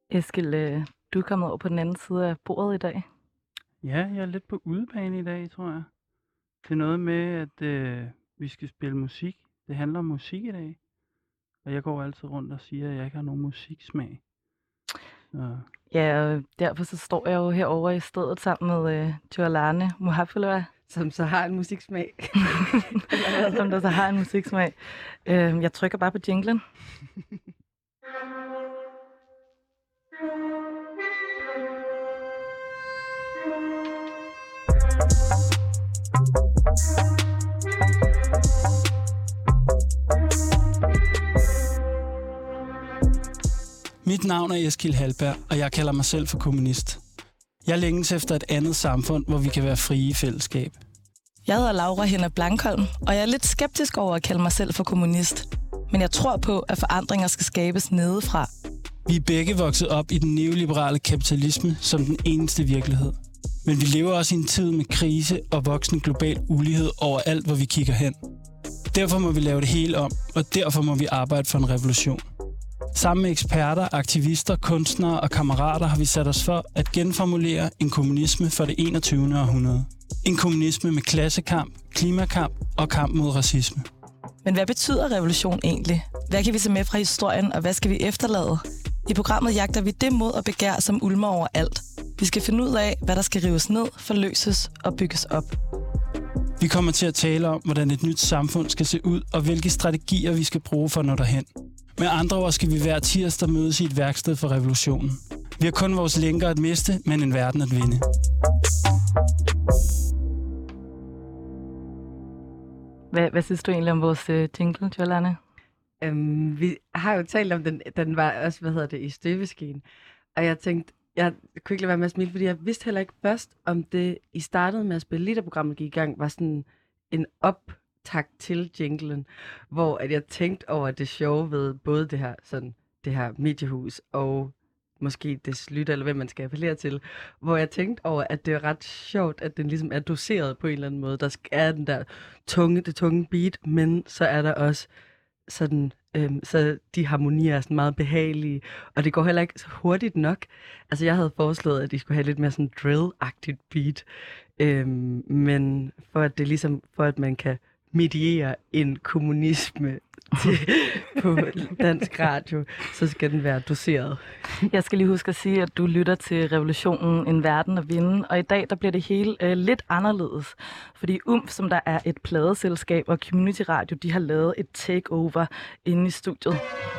Eskil, du er kommet over på den anden side af bordet i dag. Ja, jeg er lidt på udebane i dag, tror jeg. Det er noget med, at vi skal spille musik. Det handler om musik i dag. Og jeg går altid rundt og siger, at jeg ikke har nogen musiksmag. Så Ja, og derfor så står jeg jo herovre i stedet sammen med Djurlane Muhafilova, Som så har en musiksmag. som der så har en musiksmag. Jeg trykker bare på jinglen. Mit navn er Eskil Halberg, og jeg kalder mig selv for kommunist. Jeg længes efter et andet samfund, hvor vi kan være frie i fællesskab. Jeg hedder Laura Henna Blankholm, og jeg er lidt skeptisk over at kalde mig selv for kommunist. Men jeg tror på, at forandringer skal skabes nedefra. Vi er begge vokset op i den neoliberale kapitalisme som den eneste virkelighed. Men vi lever også i en tid med krise og voksende global ulighed overalt, hvor vi kigger hen. Derfor må vi lave det hele om, og derfor må vi arbejde for en revolution. Sammen med eksperter, aktivister, kunstnere og kammerater har vi sat os for at genformulere en kommunisme for det 21. århundrede. En kommunisme med klassekamp, klimakamp og kamp mod racisme. Men hvad betyder revolution egentlig? Hvad kan vi se med fra historien, og hvad skal vi efterlade? I programmet jagter vi det mod og begær, som ulmer over alt. Vi skal finde ud af, hvad der skal rives ned, forløses og bygges op. Vi kommer til at tale om, hvordan et nyt samfund skal se ud, og hvilke strategier vi skal bruge for at nå derhen. Med andre ord skal vi hver tirsdag mødes i et værksted for revolutionen. Vi har kun vores lænker at miste, men en verden at vinde. Hvad synes du egentlig om vores jingle, Djurlane? Vi har jo talt om den var også, i støbeskeen. Og jeg tænkte, jeg kunne ikke lade være med at smile, fordi jeg vidste heller ikke først, om det, I startede med at spille lige da programmet gik i gang, var sådan en optakt til jinglen, hvor at jeg tænkte over det sjove ved både det her mediehus og måske det lytter, eller hvem man skal appellere til, hvor jeg tænkte over, at det er ret sjovt, at den ligesom er doseret på en eller anden måde. Der er den der det tunge beat, men så er der også sådan, så de harmonier er sådan meget behagelige, og det går heller ikke så hurtigt nok. Altså jeg havde foreslået, at de skulle have lidt mere sådan drill-agtigt beat, men for at man kan mediere en kommunisme på dansk radio, så skal den være doseret. Jeg skal lige huske at sige, at du lytter til Revolutionen, en verden at vinde, og i dag der bliver det hele lidt anderledes, fordi som der er et pladeselskab og Community Radio, de har lavet et takeover inde i studiet.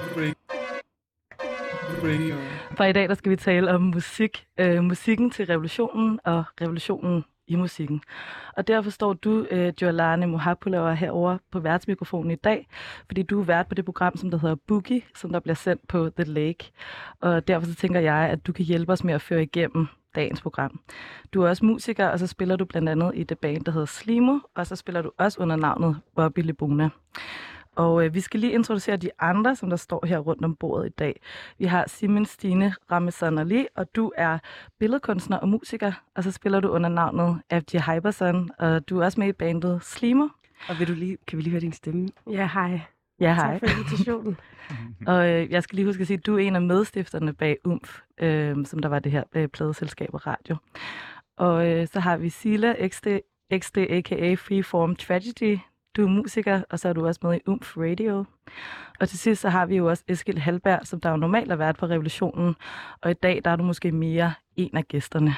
For i dag der skal vi tale om musik, musikken til revolutionen og revolutionen i musikken. Og derfor står du, Djurlane Muhafilova, herovre på værtsmikrofonen i dag, fordi du er vært på det program, som der hedder Boogie, som der bliver sendt på The Lake. Og derfor så tænker jeg, at du kan hjælpe os med at føre igennem dagens program. Du er også musiker, og så spiller du blandt andet i det band, der hedder Slimo, og så spiller du også under navnet Bobby Lebona. Og vi skal lige introducere de andre, som der står her rundt om bordet i dag. Vi har Simin Stine Ramazan Ali, og du er billedkunstner og musiker, og så spiller du under navnet Abdi Hyperson, og du er også med i bandet Slimo. Og kan vi lige høre din stemme? Ja, hej. Ja, hej. Tak for invitationen. Og jeg skal lige huske at sige, at du er en af medstifterne bag som der var det her pladeselskab og radio. Og så har vi Sila XD aka Freeform Tragedy. Du er musiker, og så er du også med i Radio. Og til sidst så har vi jo også Eskil Halberg, som der jo normalt har været på Revolutionen. Og i dag der er du måske mere en af gæsterne.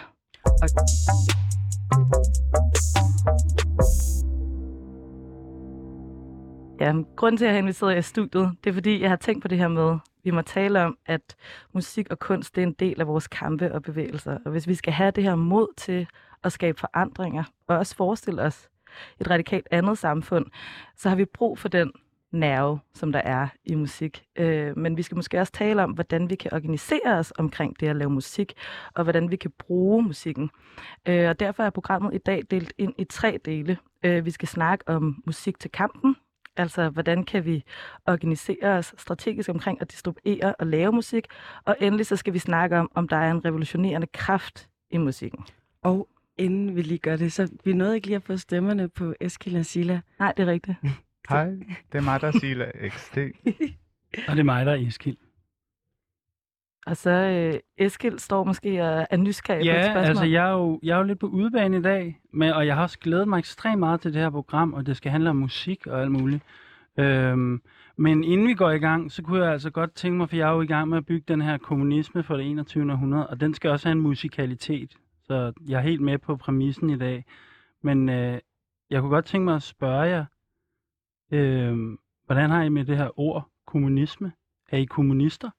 Ja, grunden til, at jeg har inviteret jer i studiet, det er fordi, jeg har tænkt på det her med, vi må tale om, at musik og kunst det er en del af vores kampe og bevægelser. Og hvis vi skal have det her mod til at skabe forandringer, og også forestille os et radikalt andet samfund, så har vi brug for den nerve, som der er i musik. Men vi skal måske også tale om, hvordan vi kan organisere os omkring det at lave musik, og hvordan vi kan bruge musikken. Og derfor er programmet i dag delt ind i 3 dele. Vi skal snakke om musik til kampen, altså hvordan kan vi organisere os strategisk omkring at distribuere og lave musik, og endelig så skal vi snakke om der er en revolutionerende kraft i musikken. Og inden vi lige gør det, så vi nåede ikke lige at få stemmerne på Eskil og Sila. Nej, det er rigtigt. Hej, det er mig, der er Sila XD. Og det er mig, der er Eskil. Og så Eskild står måske og er nysgerrig på et Ja, spørgsmål. altså jeg er jo lidt på udebane i dag, og jeg har også glædet mig ekstremt meget til det her program, og det skal handle om musik og alt muligt. Men inden vi går i gang, så kunne jeg altså godt tænke mig, for jeg er jo i gang med at bygge den her kommunisme for det 21. århundrede, og den skal også have en musikalitet, så jeg er helt med på præmissen i dag. Men jeg kunne godt tænke mig at spørge jer, hvordan har I med det her ord kommunisme? Er I kommunister?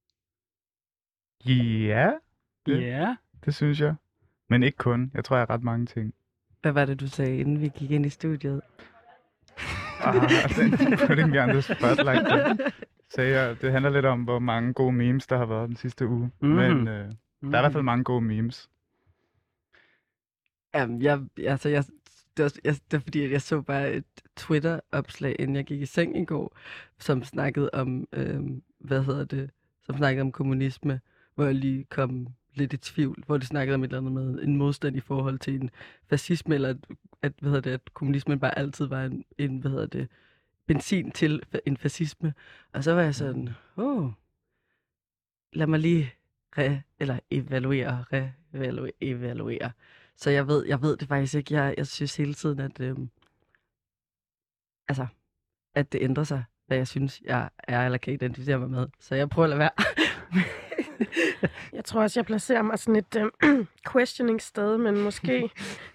Ja, Ja. det synes jeg. Men ikke kun. Jeg tror, jeg har ret mange ting. Hvad var det, du sagde, inden vi gik ind i studiet? Den putting me on the spotlight. Sagde jeg, det handler lidt om, hvor mange gode memes, der har været den sidste uge. Men der er i hvert fald mange gode memes. Jamen, det var fordi, at jeg så bare et Twitter-opslag, inden jeg gik i seng i går, som snakkede om, som snakkede om kommunisme, hvor jeg lige kom lidt i tvivl, hvor det snakkede om et eller andet med en modstand i forhold til en fascisme, eller at kommunismen bare altid var en benzin til en fascisme. Og så var jeg sådan, lad mig lige evaluere. Så jeg ved det faktisk ikke. Jeg synes hele tiden, at det ændrer sig, hvad jeg synes, jeg er eller kan identificere mig med. Så jeg prøver at lade være. Jeg tror også, jeg placerer mig sådan et questioning-sted, men måske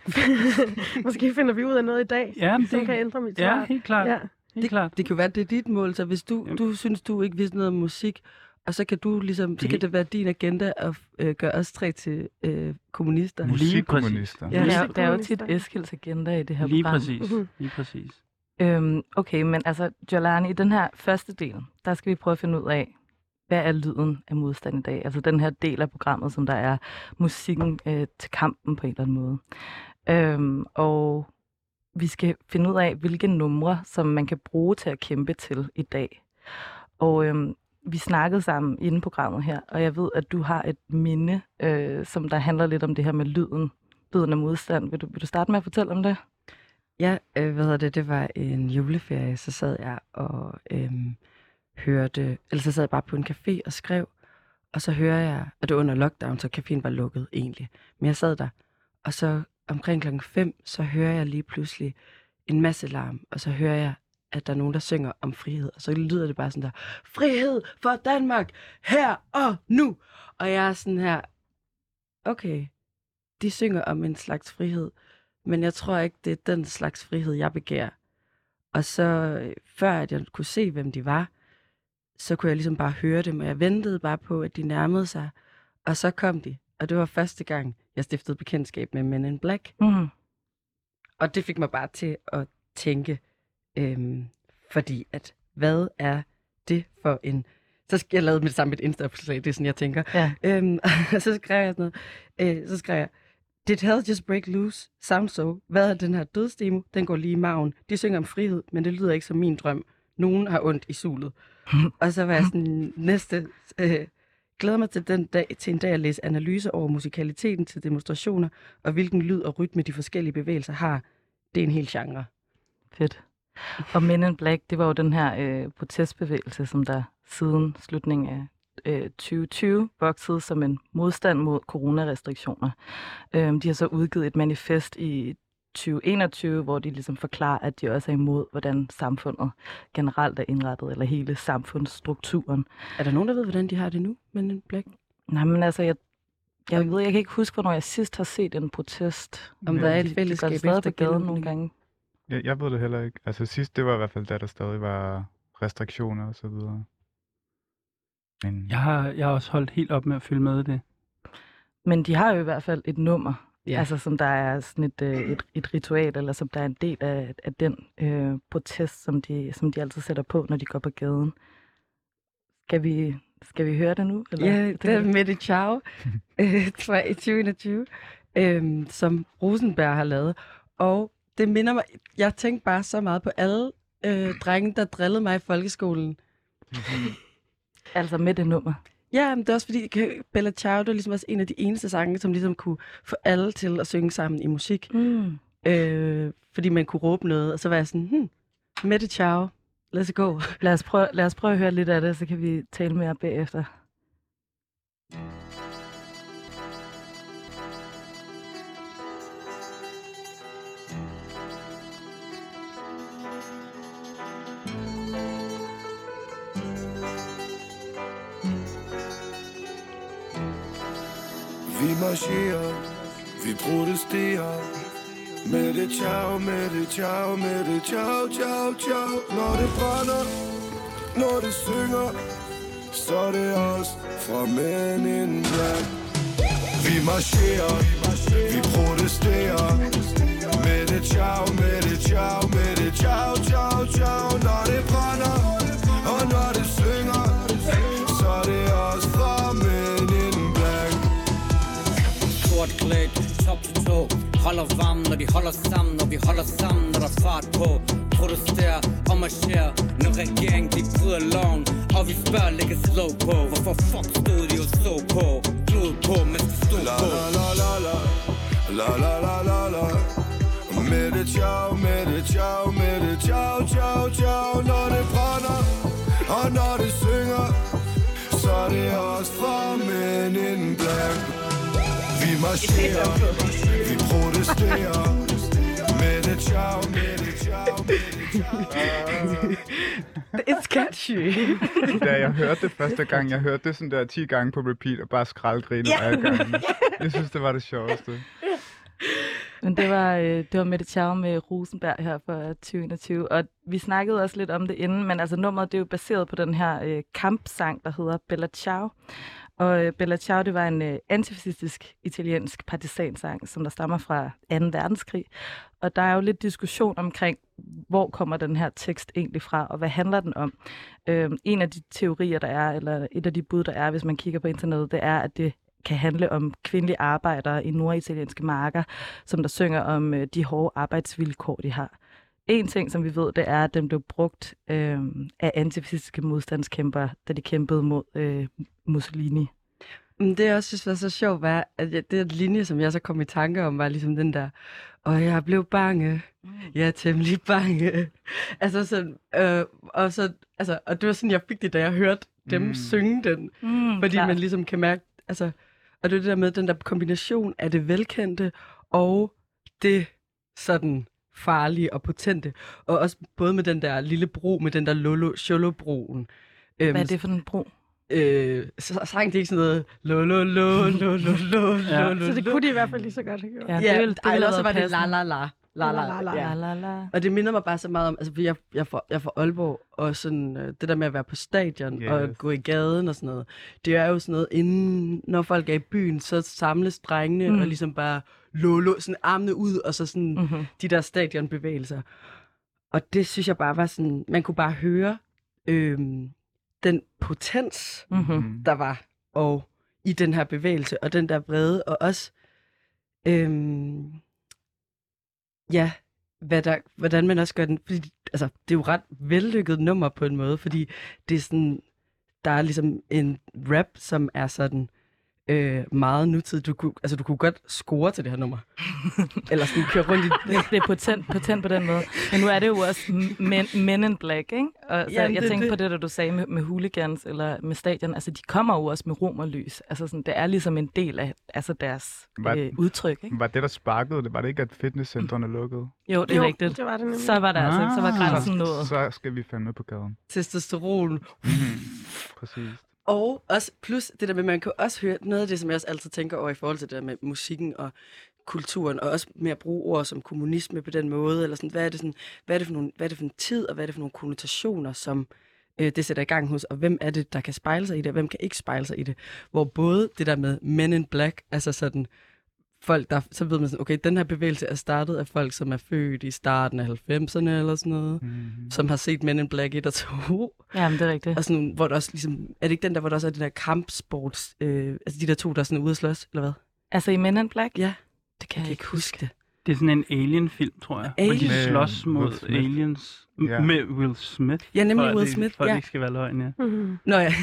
finder vi ud af noget i dag, som kan ændre mit svar. Ja, helt klart. Ja. Helt klart. Det kan jo være, det er dit mål, så hvis du synes, du ikke vidste noget om musik, og så kan du ligesom, så kan det være din agenda at gøre os tre til kommunister. Musikkommunister. Ja, der er jo tit Eskilds agenda i det her program. Lige præcis. Okay, men altså, Jolani, i den her første del, der skal vi prøve at finde ud af, hvad er lyden af modstand i dag? Altså den her del af programmet, som der er musikken til kampen på en eller anden måde. Og vi skal finde ud af, hvilke numre, som man kan bruge til at kæmpe til i dag. Og vi snakkede sammen inden programmet her, og jeg ved, at du har et minde, som der handler lidt om det her med lyden af modstand. Vil du starte med at fortælle om det? Ja, det var en juleferie, så sad jeg og så sad jeg bare på en café og skrev, og så hører jeg, at det var under lockdown, så caféen var lukket egentlig. Men jeg sad der, og så omkring 5:00, så hører jeg lige pludselig en masse larm, og så hører jeg, at der er nogen, der synger om frihed. Og så lyder det bare sådan der, frihed for Danmark, her og nu! Og jeg er sådan her, okay, de synger om en slags frihed, men jeg tror ikke, det er den slags frihed, jeg begærer. Og så, før at jeg kunne se, hvem de var, så kunne jeg ligesom bare høre dem, og jeg ventede bare på, at de nærmede sig. Og så kom de, og det var første gang, jeg stiftede bekendtskab med Men in Black. Mm. Og det fik mig bare til at tænke, fordi at, hvad er det for en... Så skal jeg lave med det samme et Insta-opslag, det er sådan, jeg tænker. Ja. Og så skrev jeg sådan noget, så skrev jeg, Did hell just break loose? Sound so. Hvad er den her dødsdemo? Den går lige i maven. De synger om frihed, men det lyder ikke som min drøm. Nogen har ondt i sulet. Og så var jeg sådan, glæder mig til en dag at læse analyser over musikaliteten til demonstrationer, og hvilken lyd og rytme de forskellige bevægelser har. Det er en hel genre. Fedt. Og Men in Black, det var jo den her protestbevægelse, som der siden slutningen af 2020 voksede som en modstand mod coronarestriktioner. De har så udgivet et manifest i 2021, hvor de ligesom forklarer, at de også er imod, hvordan samfundet generelt er indrettet, eller hele samfundsstrukturen. Er der nogen, der ved, hvordan de har det nu, Men in Black? Nej, men altså, jeg kan ikke huske, hvornår jeg sidst har set en protest. Om der er et fællesskab de stadig efter på gaden nogle genåbning. gange. Jeg ved det heller ikke. Altså sidst, det var i hvert fald, da der stadig var restriktioner og så videre. Men Jeg har også holdt helt op med at følge med i det. Men de har jo i hvert fald et nummer, Ja. altså som der er sådan et ritual, eller som der er en del af den protest, som de altid sætter på, når de går på gaden. Skal vi høre det nu? Eller? Ja, det er Mette Chow fra 2021, som Rosenberg har lavet. Og det minder mig, jeg tænkte bare så meget på alle drenge, der drillede mig i folkeskolen. Altså med det nummer. Ja, men det er også fordi, Bella Ciao, det er ligesom også en af de eneste sange, som ligesom kunne få alle til at synge sammen i musik. Mm. Fordi man kunne råbe noget, og så var jeg sådan, Mette Ciao, let's go. Lad os prøve at høre lidt af det, så kan vi tale mere bagefter. Vi marcherer, vi protesterer. Med det ciao, med det ciao, med det ciao, ciao, ciao. Når det brænder, når det synger, så er det os fra Men in Black. Vi marcherer, vi protesterer. Med det ciao, med det ciao, med det ciao, ciao, ciao. Når det brænder, og når det synger, så er det os fra Men in Black. Sort klædt, top til tå. Holder varm, når de holder sammen, og vi holder sammen, når der er fart på. Protesterer og marcherer, når regeringen de bryder loven. Og vi spørger, lægger slow på. Hvorfor fuck stod de og så på? Klod på, mens de stod på. La la la la, la la la la la. Med det ciao, med det ciao, med det ciao, ciao, ciao. Når det brænder, og når det synger, så er det os fra Men in Black. Vi marcherer, vi protesterer. Med det ciao, med det ciao, med det ciao. It's catchy. Da jeg hørte det første gang, jeg hørte det sådan der 10 gange på repeat, og bare skraldgrinede alle gange. Jeg synes, det var det sjoveste. Men det var Mette Ciao med Rosenberg her for 2021, og vi snakkede også lidt om det inden, men altså nummeret det er jo baseret på den her kampsang, der hedder Bella Ciao. Og Bella Ciao, det var en antifascistisk italiensk partisansang, som der stammer fra 2. verdenskrig. Og der er jo lidt diskussion omkring, hvor kommer den her tekst egentlig fra, og hvad handler den om? En af de teorier, der er, eller et af de bud, der er, hvis man kigger på internettet, det er, at det kan handle om kvindelige arbejdere i norditalienske marker, som der synger om de hårde arbejdsvilkår, de har. En ting, som vi ved, det er, at den blev brugt af antifascistiske modstandskæmpere, da de kæmpede mod Mussolini. Det jeg også synes var så sjovt, var, at det linje, som jeg så kom i tanke om, var ligesom den der, og jeg blev bange, jeg er temmelig bange. Altså sådan, og det var sådan, jeg fik det, da jeg hørte dem synge den, fordi klar. Man ligesom kan mærke, altså, og det er det der med den der kombination af det velkendte og det sådan farlige og potente, og også både med den der lille bro, med den der Lolo-Cholo-broen. Hvad er det for en bro? Så sang det ikke sådan noget lo. Så det kunne de i hvert fald lige så godt have gjort. Ja, eller også var det la. Og det minder mig bare så meget om, altså jeg er fra Aalborg, og sådan det der med at være på stadion og gå i gaden og sådan noget, det er jo sådan noget, inden når folk er i byen, så samles drengene og ligesom bare lolo, sådan armene ud, og så sådan de der stadionbevægelser. Og det synes jeg bare var sådan, man kunne bare høre den potens, der var og i den her bevægelse, og den der brede, og også hvordan man også gør den, fordi altså, det er jo ret vellykket nummer på en måde, fordi det er sådan, der er ligesom en rap, som er sådan meget nutidig. Du kunne godt score til det her nummer. Eller sådan køre rundt i det er potent på den måde. Men nu er det jo også Men in Black, ikke? Og så jeg tænkte på det, der du sagde med hooligans eller med stadion. Altså, de kommer jo også med romerlys. Altså, sådan, det er ligesom en del af altså deres udtryk, ikke? Var det, der sparkede det? Var det ikke, at fitnesscentrene lukkede? Jo, det er rigtigt. Det var det nemlig. Så var der altså ikke. Så var grænsen nået. Så skal vi fandme på gaden. Testosteron. Præcis. Og også plus det der med, man kan også høre noget af det, som jeg også altid tænker over i forhold til det der med musikken og kulturen, og også med at bruge ord som kommunisme på den måde, eller sådan, hvad er det for en tid, og hvad er det for nogle konnotationer, som det sætter i gang hos, og hvem er det, der kan spejle sig i det, og hvem kan ikke spejle sig i det. Hvor både det der med Men in Black, altså sådan folk, der, så ved man sådan, okay, den her bevægelse er startet af folk, som er født i starten af 90'erne eller sådan noget, som har set Men in Black 1 og 2. Jamen, det er rigtigt. Og sådan, hvor der også ligesom, er det ikke den der, hvor der også er den der kampsports, altså de der to, der er sådan ude at slås, eller hvad? Altså i Men in Black? Ja. Det kan jeg ikke huske det. Det er sådan en alien-film, tror jeg. Hvor de slås mod aliens med Will Smith. Ja, nemlig Will Smith. For at det ikke skal være løgn, ja. Nå ja.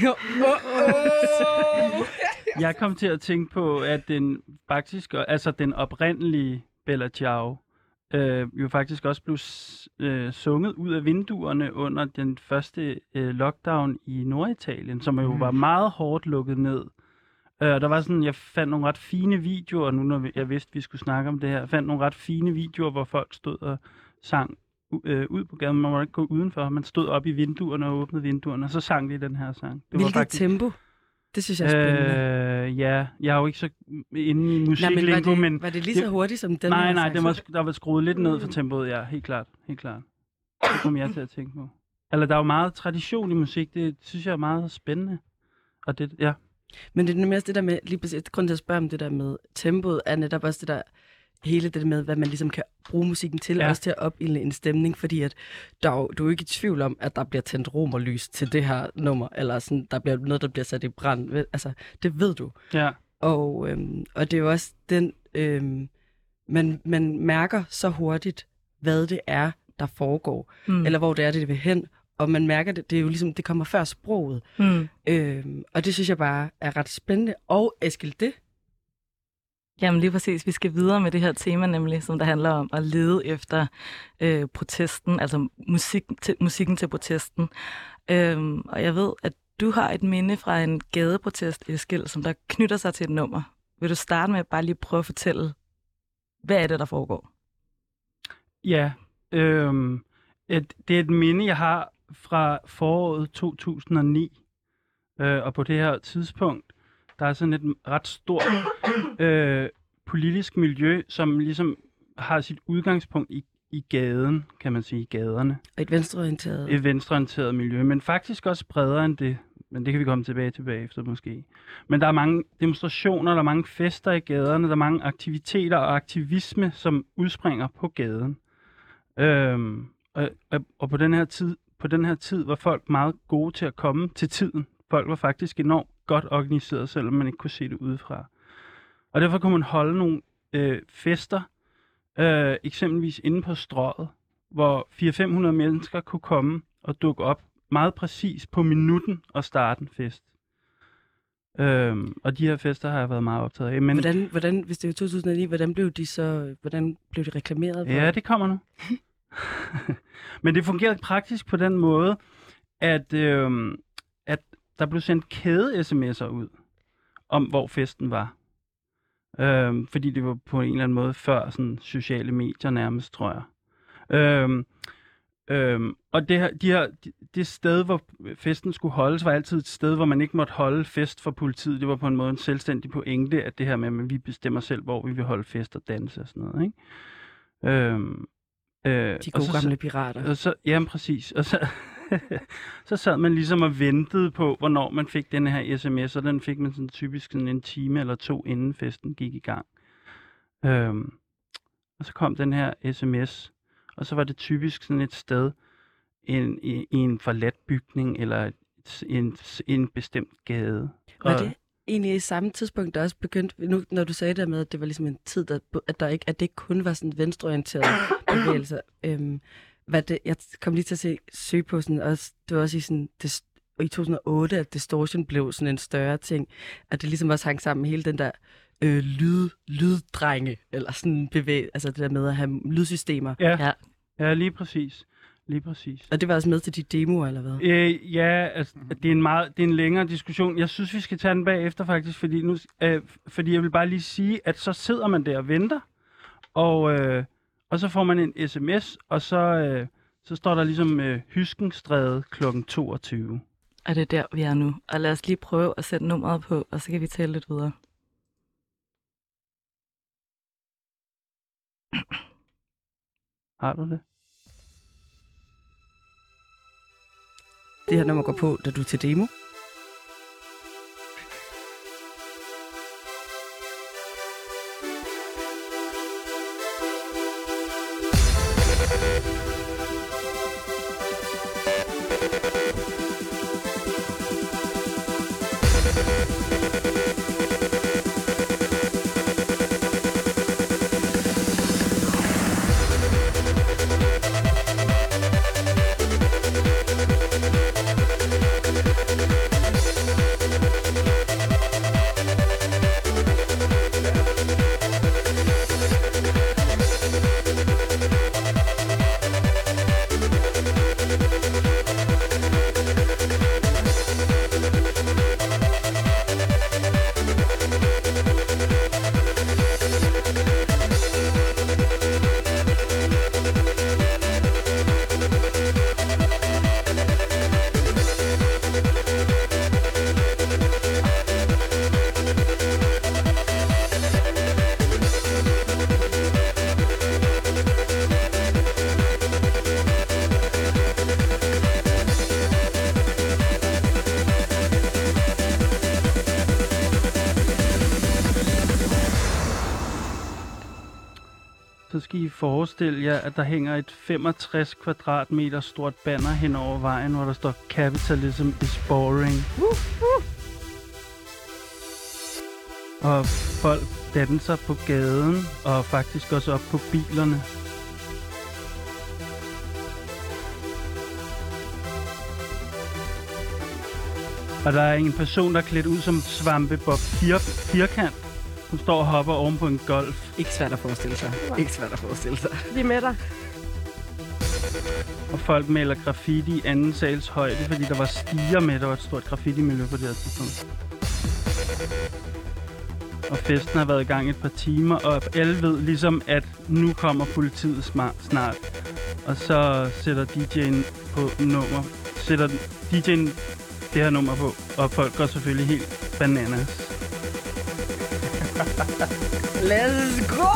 Jeg kom til at tænke på, at den faktisk, altså den oprindelige Bella Ciao, jo faktisk også blev sunget ud af vinduerne under den første lockdown i Norditalien, som jo var meget hårdt lukket ned. Der var sådan, jeg fandt nogle ret fine videoer, nu når jeg vidste, vi skulle snakke om det her, fandt nogle ret fine videoer, hvor folk stod og sang ud på gaden. Man må ikke gå udenfor. Man stod op i vinduerne og åbnede vinduerne, og så sang de den her sang. Hvilket tempo? Det synes jeg er spændende. Ja, jeg er jo ikke så inde i musiklingo, men... Var det lige så hurtigt som den nej, her nej, sang? der var skruet lidt ned for tempoet, ja, helt klart. Det kom jeg til at tænke på. Eller der er jo meget tradition i musik, det synes jeg er meget spændende. Og det, ja. Men det er nemlig også det der med, lige præcis, grunden til at spørge om det der med tempoet, er netop også det der, hele det med, hvad man ligesom kan bruge musikken til, også til at opildne en stemning, fordi at du er jo ikke i tvivl om, at der bliver tændt romerlys til det her nummer, eller sådan, der bliver noget, der bliver sat i brand. Altså, det ved du. Ja. Og det er jo også den, man mærker så hurtigt, hvad det er, der foregår, eller hvor det er, det vil hen, og man mærker det er jo ligesom, det kommer før sproget. Og det synes jeg bare er ret spændende. Og Eskil, det? Jamen lige præcis. Vi skal videre med det her tema nemlig, som der handler om at lede efter protesten, altså musikken til protesten. Og jeg ved, at du har et minde fra en gadeprotest, Eskil, som der knytter sig til et nummer. Vil du starte med at bare lige prøve at fortælle, hvad er det, der foregår? Ja, det er et minde, jeg har fra foråret 2009. Og på det her tidspunkt, der er sådan et ret stort politisk miljø, som ligesom har sit udgangspunkt i gaden, kan man sige, i gaderne. Et venstreorienteret miljø, men faktisk også bredere end det. Men det kan vi komme tilbage efter måske. Men der er mange demonstrationer, der er mange fester i gaderne, der er mange aktiviteter og aktivisme, som udspringer på gaden. Og på den her tid var folk meget gode til at komme til tiden. Folk var faktisk enormt godt organiseret, selvom man ikke kunne se det udefra. Og derfor kunne man holde nogle fester, eksempelvis inde på Strøget, hvor 400-500 mennesker kunne komme og dukke op meget præcis på minutten og starte en fest. Og de her fester har jeg været meget optaget af. Men hvordan, hvis det er 2009, hvordan blev de reklameret? Ja, det kommer nu. Men det fungerede praktisk på den måde, at der blev sendt kæde-sms'er ud om, hvor festen var. Fordi det var på en eller anden måde før sådan sociale medier nærmest, tror jeg. Og det sted, hvor festen skulle holdes, var altid et sted, hvor man ikke måtte holde fest for politiet. Det var på en måde en selvstændig pointe, at det her med, at vi bestemmer selv, hvor vi vil holde fest og danse og sådan noget, ikke? De gode gamle pirater. Jamen præcis. Og så sad man ligesom og ventede på, hvornår man fik den her sms, og den fik man sådan typisk sådan en time eller to, inden festen gik i gang. Og så kom den her sms, og så var det typisk sådan et sted i en forladt bygning, eller en bestemt gade. Var det egentlig i samme tidspunkt, der også begyndte, nu når du sagde der med, at det var ligesom en tid, at det ikke kun var sådan venstreorienterede bevægelser. Jeg kom lige til at søge på sådan, også, det var også i 2008, at distortion blev sådan en større ting, at det ligesom også hang sammen med hele den der lyddrenge, eller sådan altså det der med at have lydsystemer. Ja, lige præcis. Og det var også med til de demoer, eller hvad? Ja, altså, det er en længere diskussion. Jeg synes, vi skal tage den bagefter faktisk, fordi jeg vil bare lige sige, at så sidder man der og venter, og så får man en sms, og så står der ligesom Hyskenstræde kl. 22. Og det er der, vi er nu. Og lad os lige prøve at sætte nummeret på, og så kan vi tale lidt videre. Har du det? Det her nummer går på, da du er til demo. så skal I forestille jer, at der hænger et 65 kvadratmeter stort banner hen over vejen, hvor der står "Capitalism is boring". Og folk danser på gaden, og faktisk også op på bilerne. Og der er en person, der er klædt ud som Svampebob Firkant, som står og hopper oven på en golf. Ikke svært at forestille sig. Ikke svært at forestille sig. Vi er med dig. Og folk maler graffiti i anden sals højde, fordi der var stiger med. Der var et stort graffiti-miljø på det her tidspunkt. Og festen har været i gang et par timer, og alle ved ligesom, at nu kommer politiet snart. Og så sætter DJ'en på nummer. Sætter DJ'en det her nummer på, og folk går selvfølgelig helt bananas. Let's go!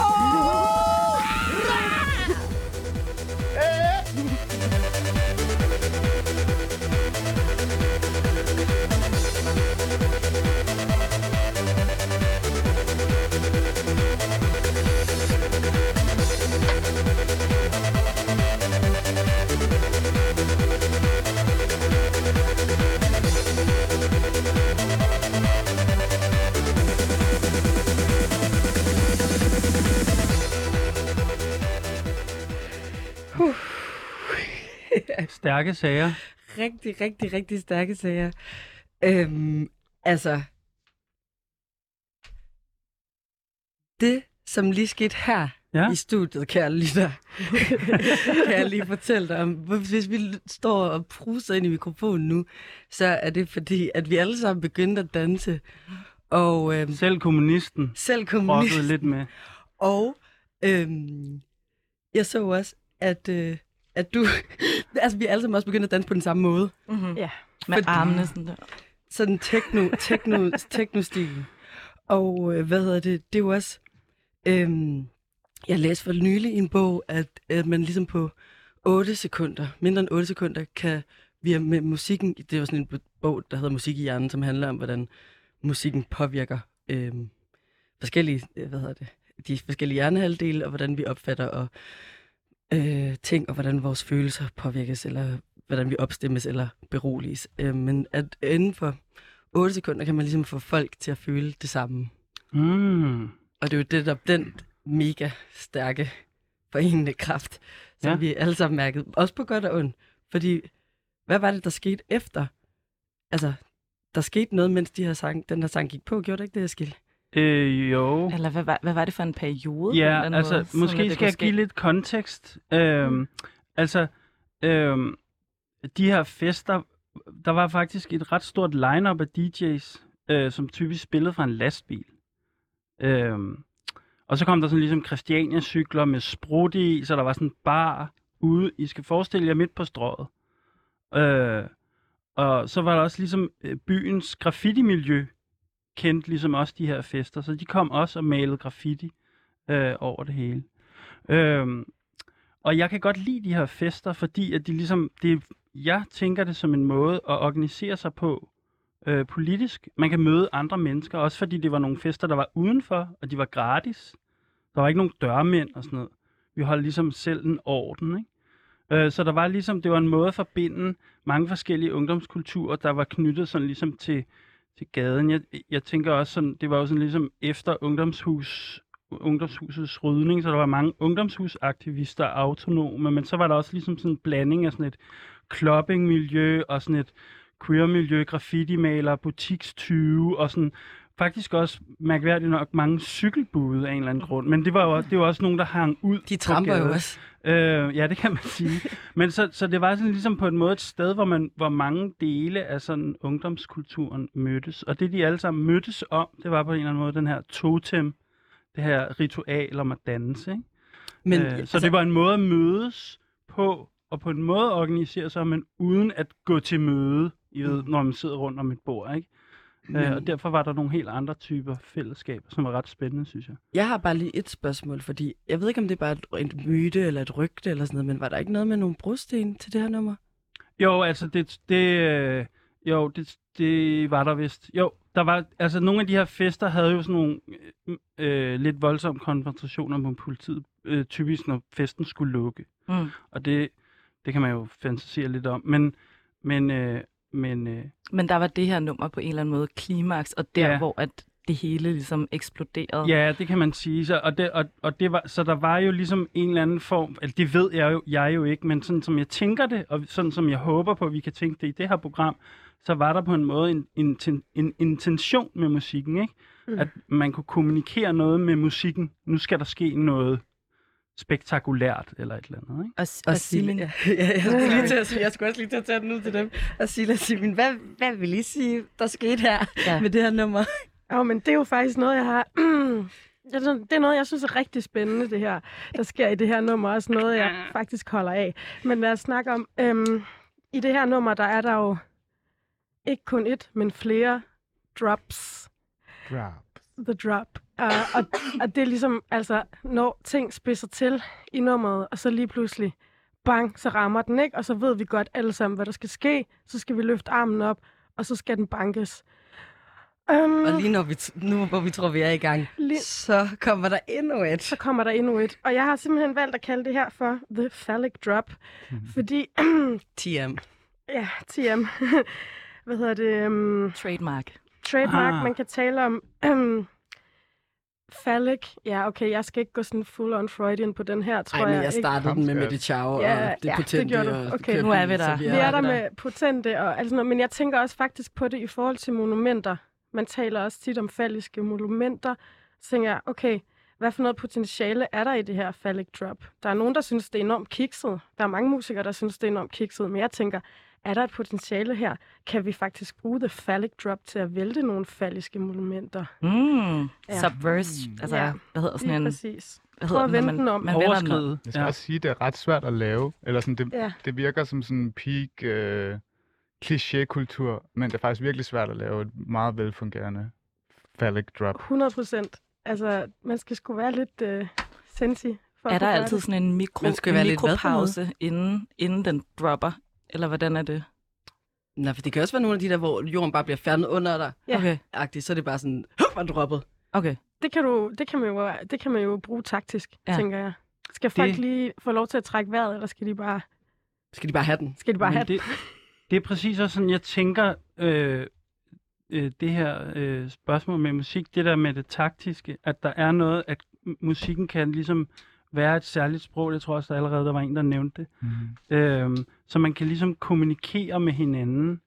Stærke sager. Rigtig stærke sager. Altså, det, som lige skete her i studiet, kære lytter, kan jeg lige fortælle dig om. Hvis vi står og pruser ind i mikrofonen nu, så er det fordi, at vi alle sammen begyndte at danse. Og, selv kommunisten. Rockede lidt med. Og jeg så også, at du... altså, vi alle sammen også begyndte at danse på den samme måde. Mm-hmm. Ja, med armene sådan der. Sådan techno-stil. Og det er jo også... jeg læste for nylig i en bog, at man ligesom på 8 sekunder, mindre end 8 sekunder, kan via med musikken... Det var sådan en bog, der hedder Musik i hjernen, som handler om, hvordan musikken påvirker forskellige... de forskellige hjernehalvdele, og hvordan vi opfatter og ting, og hvordan vores følelser påvirkes, eller hvordan vi opstemmes eller beroliges. Men at inden for 8 sekunder kan man ligesom få folk til at føle det samme. Mm. Og det er jo det, der den mega stærke forenende kraft, som vi alle sammen mærkede. Også på godt og ondt. Fordi, hvad var det, der skete efter? Altså, der skete noget, mens den her sang gik på. Gjorde det ikke det, Eskild? Jo. Eller hvad var det for en periode? Ja, altså, måde, måske skal jeg give lidt kontekst. De her fester, der var faktisk et ret stort line-up af DJ's, som typisk spillede fra en lastbil. Og så kom der sådan ligesom Christiania-cykler med sprut i, så der var sådan en bar ude. I skal forestille jer midt på strøget. Og så var der også ligesom byens graffiti-miljø kendte ligesom også de her fester, så de kom også og malede graffiti over det hele. Og jeg kan godt lide de her fester, fordi at de ligesom, jeg tænker det som en måde at organisere sig på politisk. Man kan møde andre mennesker, også fordi det var nogle fester, der var udenfor, og de var gratis. Der var ikke nogen dørmænd og sådan noget. Vi holdt ligesom selv en orden, ikke? Så der var ligesom, det var en måde at forbinde mange forskellige ungdomskulturer, der var knyttet sådan ligesom til gaden. Jeg tænker også sådan, det var jo sådan ligesom efter ungdomshusets rydning, så der var mange ungdomshusaktivister autonome, men så var der også ligesom sådan en blanding af sådan et clubbing-miljø og sådan et queer-miljø, graffiti-maler, butikstyve og sådan faktisk også mærkværdigt nok mange cykelbude af en eller anden grund, men det var også nogen, der hang ud. De tramper jo også. Ja, det kan man sige. Men så det var sådan ligesom på en måde et sted, hvor mange dele af sådan ungdomskulturen mødtes. Og det, de alle sammen mødtes om, det var på en eller anden måde den her totem, det her ritual om at danse. Ikke? Men, så det var en måde at mødes på, og på en måde organisere sig, men uden at gå til møde, når man sidder rundt om et bord, ikke? Og derfor var der nogle helt andre typer fællesskaber, som var ret spændende, synes jeg. Jeg har bare lige et spørgsmål, fordi jeg ved ikke, om det er bare et myte eller et rygte eller sådan noget, men var der ikke noget med nogle brosten til det her nummer? Jo, altså det var der vist. Jo, der var, altså nogle af de her fester havde jo sådan nogle lidt voldsomme konfrontationer med politiet typisk, når festen skulle lukke. Og det kan man jo fantasere lidt om. Men der var det her nummer på en eller anden måde klimaks, og der hvor at det hele ligesom eksploderede. Ja, det kan man sige. Så der var jo ligesom en eller anden form, altså det ved jeg jo ikke, men sådan som jeg tænker det, og sådan som jeg håber på, at vi kan tænke det i det her program, så var der på en måde en intention med musikken, ikke? At man kunne kommunikere noget med musikken. Nu skal der ske noget spektakulært eller et eller andet, ikke? Og Simin, jeg skulle også lige til at tage den ud til dem. Og Simin, hvad vil I sige, der skete her med det her nummer? Men det er jo faktisk noget, jeg har... det er noget, jeg synes er rigtig spændende, det her, der sker i det her nummer. Også noget, jeg faktisk holder af. Men lad os snakke om... I det her nummer, der er der jo ikke kun et, men flere drops. The drop. Og det er ligesom, altså, når ting spidser til i nummeret, og så lige pludselig, bang, så rammer den, ikke? Og så ved vi godt alle sammen, hvad der skal ske. Så skal vi løfte armen op, og så skal den bankes. Og lige nu, hvor vi tror, vi er i gang, så kommer der endnu et. Og jeg har simpelthen valgt at kalde det her for The Phallic Drop. Fordi... TM. Ja, TM. Hvad hedder det? Trademark. Man kan tale om... Phallic. Ja, okay, jeg skal ikke gå sådan full on Freudian på den her, tror jeg. Nej, men jeg startede den med det ciao og det potente. Det gjorde du. Okay, nu er vi der. Vi er der med potente og alt sådan noget. Men jeg tænker også faktisk på det i forhold til monumenter. Man taler også tit om falliske monumenter. Så tænker jeg, okay, hvad for noget potentiale er der i det her phallic drop? Der er nogen, der synes, det er enormt kikset. Der er mange musikere, der synes, det er enormt kikset. Men jeg tænker, er der et potentiale her? Kan vi faktisk bruge the phallic drop til at vælte nogle falliske monumenter? Subverse. Altså, hvad hedder sådan en... Præcis. Prøv at vende den om. Man overskride. Jeg skal også sige, det er ret svært at lave. Eller sådan, det virker som sådan en peak kliché-kultur, men det er faktisk virkelig svært at lave et meget velfungerende phallic drop. 100%. Altså, man skal sgu være lidt sensi. Er der altid sådan en mikropause, inden den dropper? Eller hvordan er det? Nej, for det kan også være nogle af de der, hvor jorden bare bliver fjernet under dig. Ja. Okay. Så er det bare sådan, var droppet. Okay. Det kan man jo bruge taktisk, tænker jeg. Skal folk lige få lov til at trække vejret, eller skal de bare have den? Det er præcis også sådan, jeg tænker, det her spørgsmål med musik, det der med det taktiske, at der er noget, at musikken kan ligesom være et særligt sprog. Jeg tror også, der allerede var en, der nævnte det. Så man kan ligesom kommunikere med hinanden,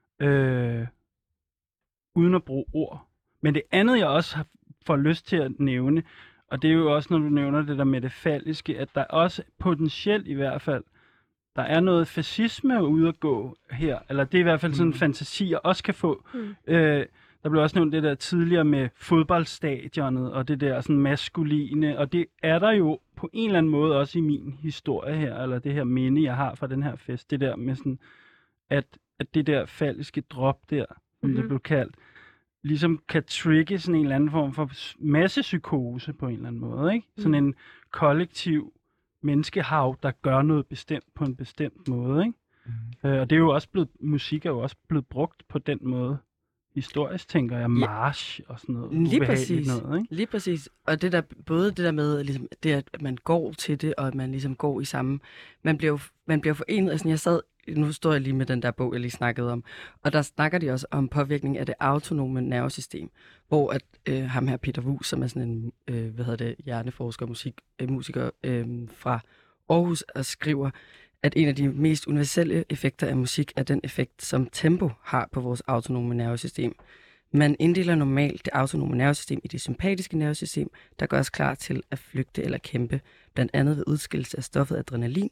uden at bruge ord. Men det andet, jeg også får lyst til at nævne, og det er jo også, når du nævner det der med det falliske, at der også potentielt i hvert fald, der er noget fascisme ude at gå her. Eller det er i hvert fald sådan en fantasi, jeg også kan få. Der blev også nævnt det der tidligere med fodboldstadionet, og det der sådan maskuline, og det er der jo på en eller anden måde også i min historie her, eller det her minde, jeg har fra den her fest, det der med sådan, at det der falliske drop der, som det blev kaldt, ligesom kan trigge sådan en eller anden form for massepsykose på en eller anden måde, ikke? Sådan en kollektiv menneskehav, der gør noget bestemt på en bestemt måde, ikke? Og det er jo også blevet, musik er jo også blevet brugt på den måde. Historisk tænker jeg, march og sådan noget. Lige præcis. Noget, ikke? Lige præcis. Og det der, både det der med, ligesom, det at man går til det, og at man ligesom går i samme... Man bliver forenet. Altså, nu står jeg lige med den der bog, jeg lige snakkede om. Og der snakker de også om påvirkning af det autonome nervesystem. Hvor at ham her Peter Wues, som er sådan en hjerneforsker, musiker fra Aarhus, og skriver, at en af de mest universelle effekter af musik er den effekt, som tempo har på vores autonome nervesystem. Man inddeler normalt det autonome nervesystem i det sympatiske nervesystem, der gør os klar til at flygte eller kæmpe, blandt andet ved udskillelse af stoffet adrenalin,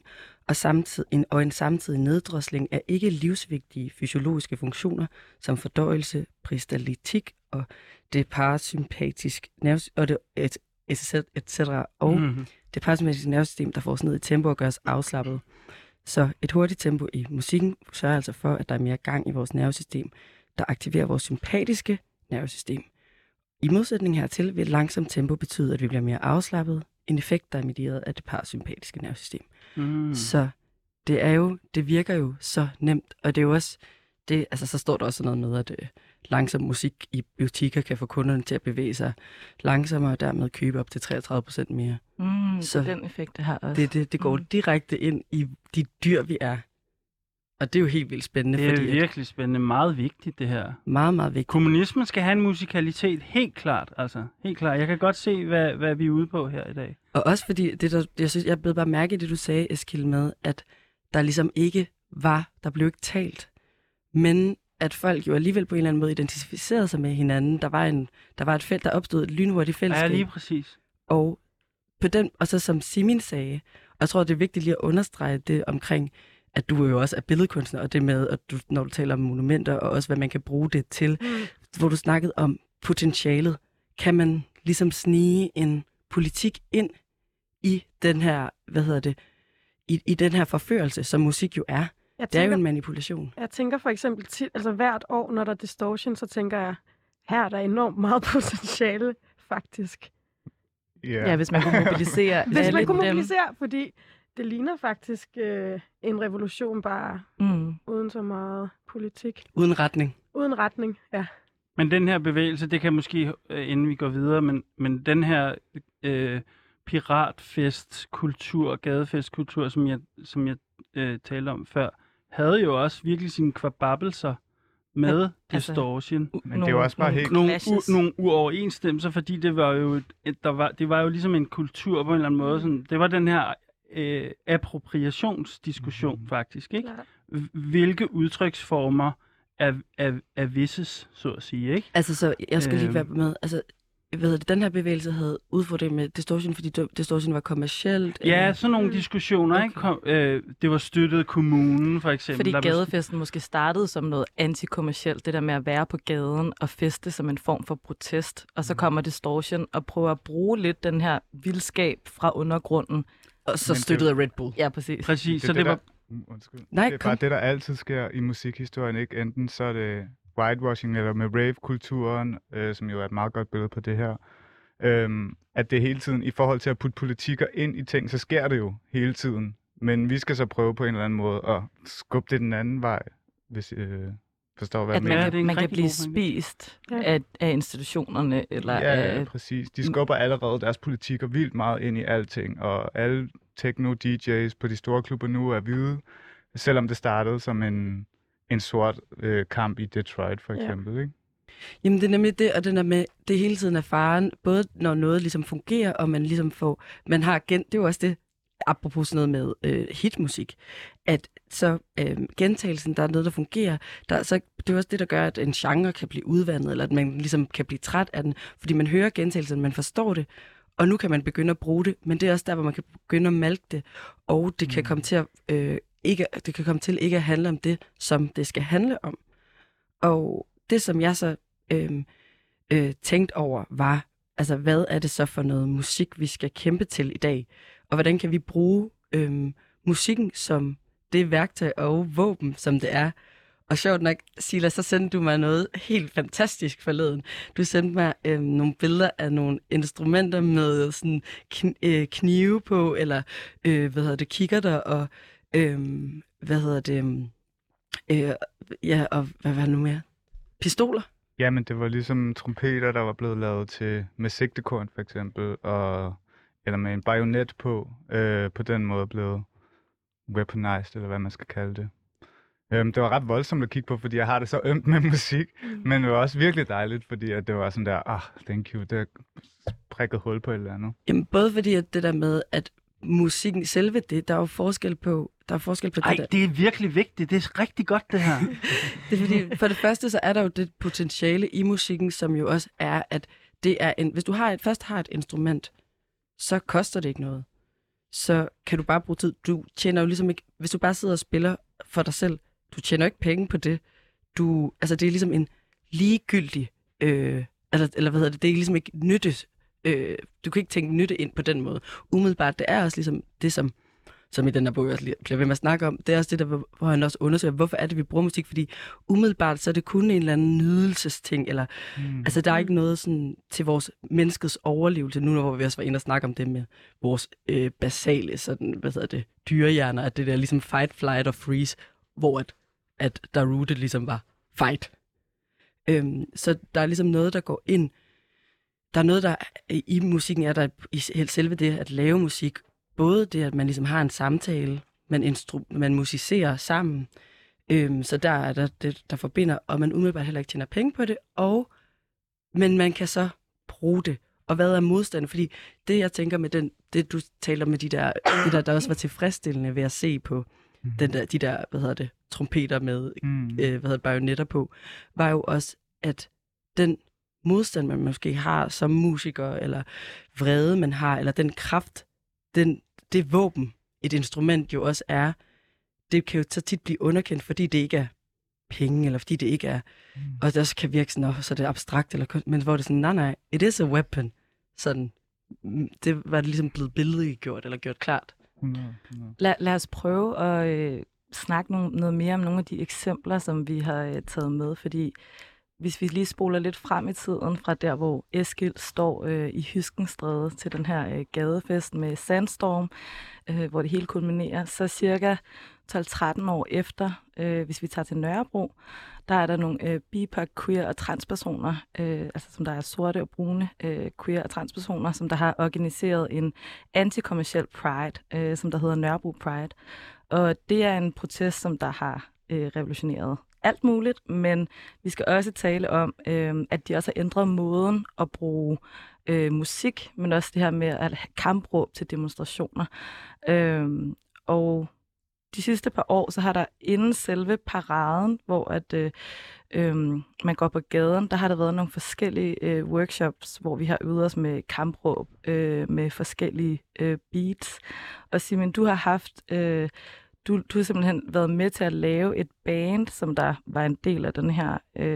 og en samtidig neddrosling af ikke livsvigtige fysiologiske funktioner, som fordøjelse, peristaltik og det parasympatiske nervesystem, og det etc. Og det parasympatiske nervesystem, der får os ned i tempo og gør os afslappet. Så et hurtigt tempo i musikken sørger altså for, at der er mere gang i vores nervesystem, der aktiverer vores sympatiske nervesystem. I modsætning hertil vil et langsomt tempo betyde, at vi bliver mere afslappet, en effekt, der er medieret af det parasympatiske nervesystem. Så det virker jo så nemt, og det er jo også, så står der også noget med, langsom musik i butikker kan få kunderne til at bevæge sig langsommere og dermed købe op til 33% mere. Så den effekt, det har også. Det går direkte ind i de dyr, vi er. Og det er jo helt vildt spændende. Det er fordi, virkelig spændende. Meget vigtigt, det her. Meget, meget vigtigt. Kommunismen skal have en musikalitet, helt klart. Altså, helt klart. Jeg kan godt se, hvad vi er ude på her i dag. Og også fordi, jeg blev bare mærke i det, du sagde, Eskil, med, at der ligesom ikke der blev ikke talt, men at folk jo alligevel på en eller anden måde identificerede sig med hinanden. Der var et felt, der opstod et lynhurtigt fællesskab. Ja, lige præcis. Og så som Simin sagde, og jeg tror, det er vigtigt lige at understrege det omkring, at du jo også er billedkunstner, og det med, at når du taler om monumenter, og også hvad man kan bruge det til, hvor du snakkede om potentialet, kan man ligesom snige en politik ind i den her, i den her forførelse, som musik jo er. Det er jo en manipulation. Jeg tænker for eksempel hvert år, når der er distortion, så tænker jeg, her er der enormt meget potentiale, faktisk. Yeah. Ja, hvis man kunne mobilisere. Hvis man kunne mobilisere, fordi det ligner faktisk en revolution bare uden så meget politik. Uden retning. Uden retning, ja. Men den her bevægelse, det kan måske, inden vi går videre, men den her piratfestkultur, gadefestkultur, som jeg talte om før, havde jo også virkelig sine kvababelser med distortion. Men det er jo også bare helt... Nogle uoverensstemmelser, fordi det var jo, det var jo ligesom en kultur på en eller anden måde. Sådan, det var den her appropriationsdiskussion faktisk, ikke? Hvilke udtryksformer er visses, så at sige, ikke? Altså, så jeg skal lige være med. Altså, den her bevægelse havde udfordret med distortion, fordi distortion var kommercielt? Ja, eller? Sådan nogle diskussioner, ikke? Det var støttet kommunen, for eksempel. Fordi gadefesten måske startede som noget antikommercielt, det der med at være på gaden og feste som en form for protest, og så kommer distortion og prøver at bruge lidt den her vildskab fra undergrunden. Og så støttet af Red Bull. Ja, præcis. Præcis, så det var... Nej, det er bare det, der altid sker i musikhistorien, ikke? Enten så er det whitewashing eller med rave-kulturen, som jo er et meget godt billede på det her. At det hele tiden, i forhold til at putte politikker ind i ting, så sker det jo hele tiden. Men vi skal så prøve på en eller anden måde at skubbe det den anden vej, hvis forstår, hvad jeg mener. At man kan blive spist af institutionerne. Eller ja, præcis. De skubber allerede deres politikker vildt meget ind i alting, og alle techno-DJ's på de store klubber nu er hvide, selvom det startede som en sort kamp i Detroit, for eksempel, ikke? Jamen, det er nemlig det, og den er med, det hele tiden er faren, både når noget ligesom fungerer, og man ligesom får, det er jo også det, apropos noget med hitmusik, at så gentagelsen, der er noget, der fungerer, så det er også det, der gør, at en genre kan blive udvandet, eller at man ligesom kan blive træt af den, fordi man hører gentagelsen, man forstår det, og nu kan man begynde at bruge det, men det er også der, hvor man kan begynde at malke det, og det kan komme til at ikke at handle om det, som det skal handle om. Og det, som jeg så tænkte over, var, altså, hvad er det så for noget musik, vi skal kæmpe til i dag? Og hvordan kan vi bruge musikken som det værktøj og våben, som det er? Og sjovt nok, Silas, så sendte du mig noget helt fantastisk forleden. Du sendte mig nogle billeder af nogle instrumenter med sådan knive på, eller kikkerter, og og hvad var det nu mere? Pistoler? Jamen, det var ligesom trompeter, der var blevet lavet med sigtekorn, for eksempel, eller med en bajonet på den måde blevet weaponized, eller hvad man skal kalde det. Det var ret voldsomt at kigge på, fordi jeg har det så ømt med musik, men det var også virkelig dejligt, fordi at det var sådan der, thank you, det har prikket hul på et eller andet. Jamen, både fordi at det der med, at musikken, selve det, der er jo forskel på det der. Det er virkelig vigtigt. Det er rigtig godt, det her. Det er fordi, for det første, så er der jo det potentiale i musikken, som jo også er, at det er hvis du først har et instrument, så koster det ikke noget. Så kan du bare bruge tid. Du tjener jo ligesom ikke, hvis du bare sidder og spiller for dig selv, du tjener ikke penge på det. Det er ligesom en ligegyldig, det er ligesom ikke nyttes. Du kan ikke tænke nytte ind på den måde. Umiddelbart, det er også ligesom det, som i den her bog, jeg bliver ved med at snakke om, det er også det, der, hvor han også undersøger, hvorfor er det, vi bruger musik, fordi umiddelbart, så er det kun en eller anden nydelsesting, eller, altså der er ikke noget sådan til vores menneskets overlevelse, nu hvor vi også var inde og snakke om det med vores basale, sådan, dyrehjerner, at det der ligesom fight, flight og freeze, hvor at der rootet ligesom var fight. Så der er ligesom noget, der går ind. Der er noget, der i musikken er der i selve det at lave musik. Både det, at man ligesom har en samtale, man musicerer sammen. Så der er der det, der forbinder, og man umiddelbart heller ikke tjener penge på det. Men man kan så bruge det. Og hvad er modstanden? Fordi det, jeg tænker med det du taler med det der også var tilfredsstillende ved at se på de der, trompeter med, bajonetter på, var jo også, at den modstand, man måske har som musiker, eller vrede, man har, eller den kraft, det våben, et instrument jo også er, det kan jo så tit blive underkendt, fordi det ikke er penge, eller fordi det ikke er, og det også kan virke sådan, så det er abstrakt, men hvor det er sådan, nej, it is a weapon. Sådan, det var det ligesom blevet billedliggjort, eller gjort klart. Lad os prøve at snakke noget mere om nogle af de eksempler, som vi har taget med, fordi hvis vi lige spoler lidt frem i tiden fra der, hvor Eskild står i Hyskenstræde til den her gadefest med Sandstorm, hvor det hele kulminerer, så cirka 12-13 år efter, hvis vi tager til Nørrebro, der er der nogle BIPOC, queer og transpersoner, altså som der er sorte og brune queer og transpersoner, som der har organiseret en antikommerciel pride, som der hedder Nørrebro Pride. Og det er en protest, som der har revolutioneret alt muligt, men vi skal også tale om, at de også har ændret måden at bruge musik, men også det her med at kampråb til demonstrationer. Og de sidste par år, så har der inden selve paraden, hvor at man går på gaden, der har der været nogle forskellige workshops, hvor vi har øvet os med kampråb, med forskellige beats. Og Simin, du har haft... Du har simpelthen været med til at lave et band, som der var en del af den her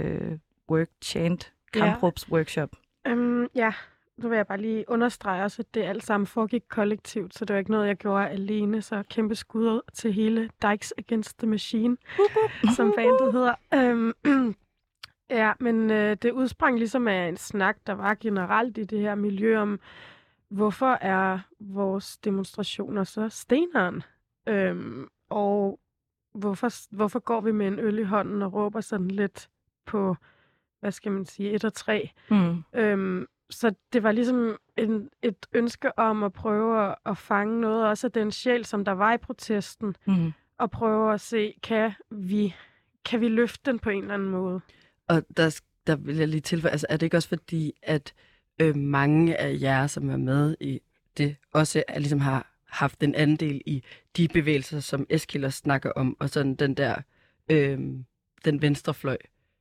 kampråbs-workshop. Ja, nu vil jeg bare lige understrege også, at det alt sammen foregik kollektivt, så det var ikke noget, jeg gjorde alene. Så kæmpe skud til hele Dykes Against the Machine, som bandet hedder. Ja, men det udsprang ligesom af en snak, der var generelt i det her miljø om, hvorfor er vores demonstrationer så steneren? Og hvorfor går vi med en øl i hånden og råber sådan lidt på, hvad skal man sige, 1 og 3? Så det var ligesom et ønske om at prøve at fange noget også af den sjæl, som der var i protesten, og prøve at se, kan vi løfte den på en eller anden måde? Og der vil jeg lige tilføje, altså er det ikke også fordi, at mange af jer, som er med i det, også ligesom har haft en andel i de bevægelser, som Eskild snakker om, og sådan den der, den venstrefløj?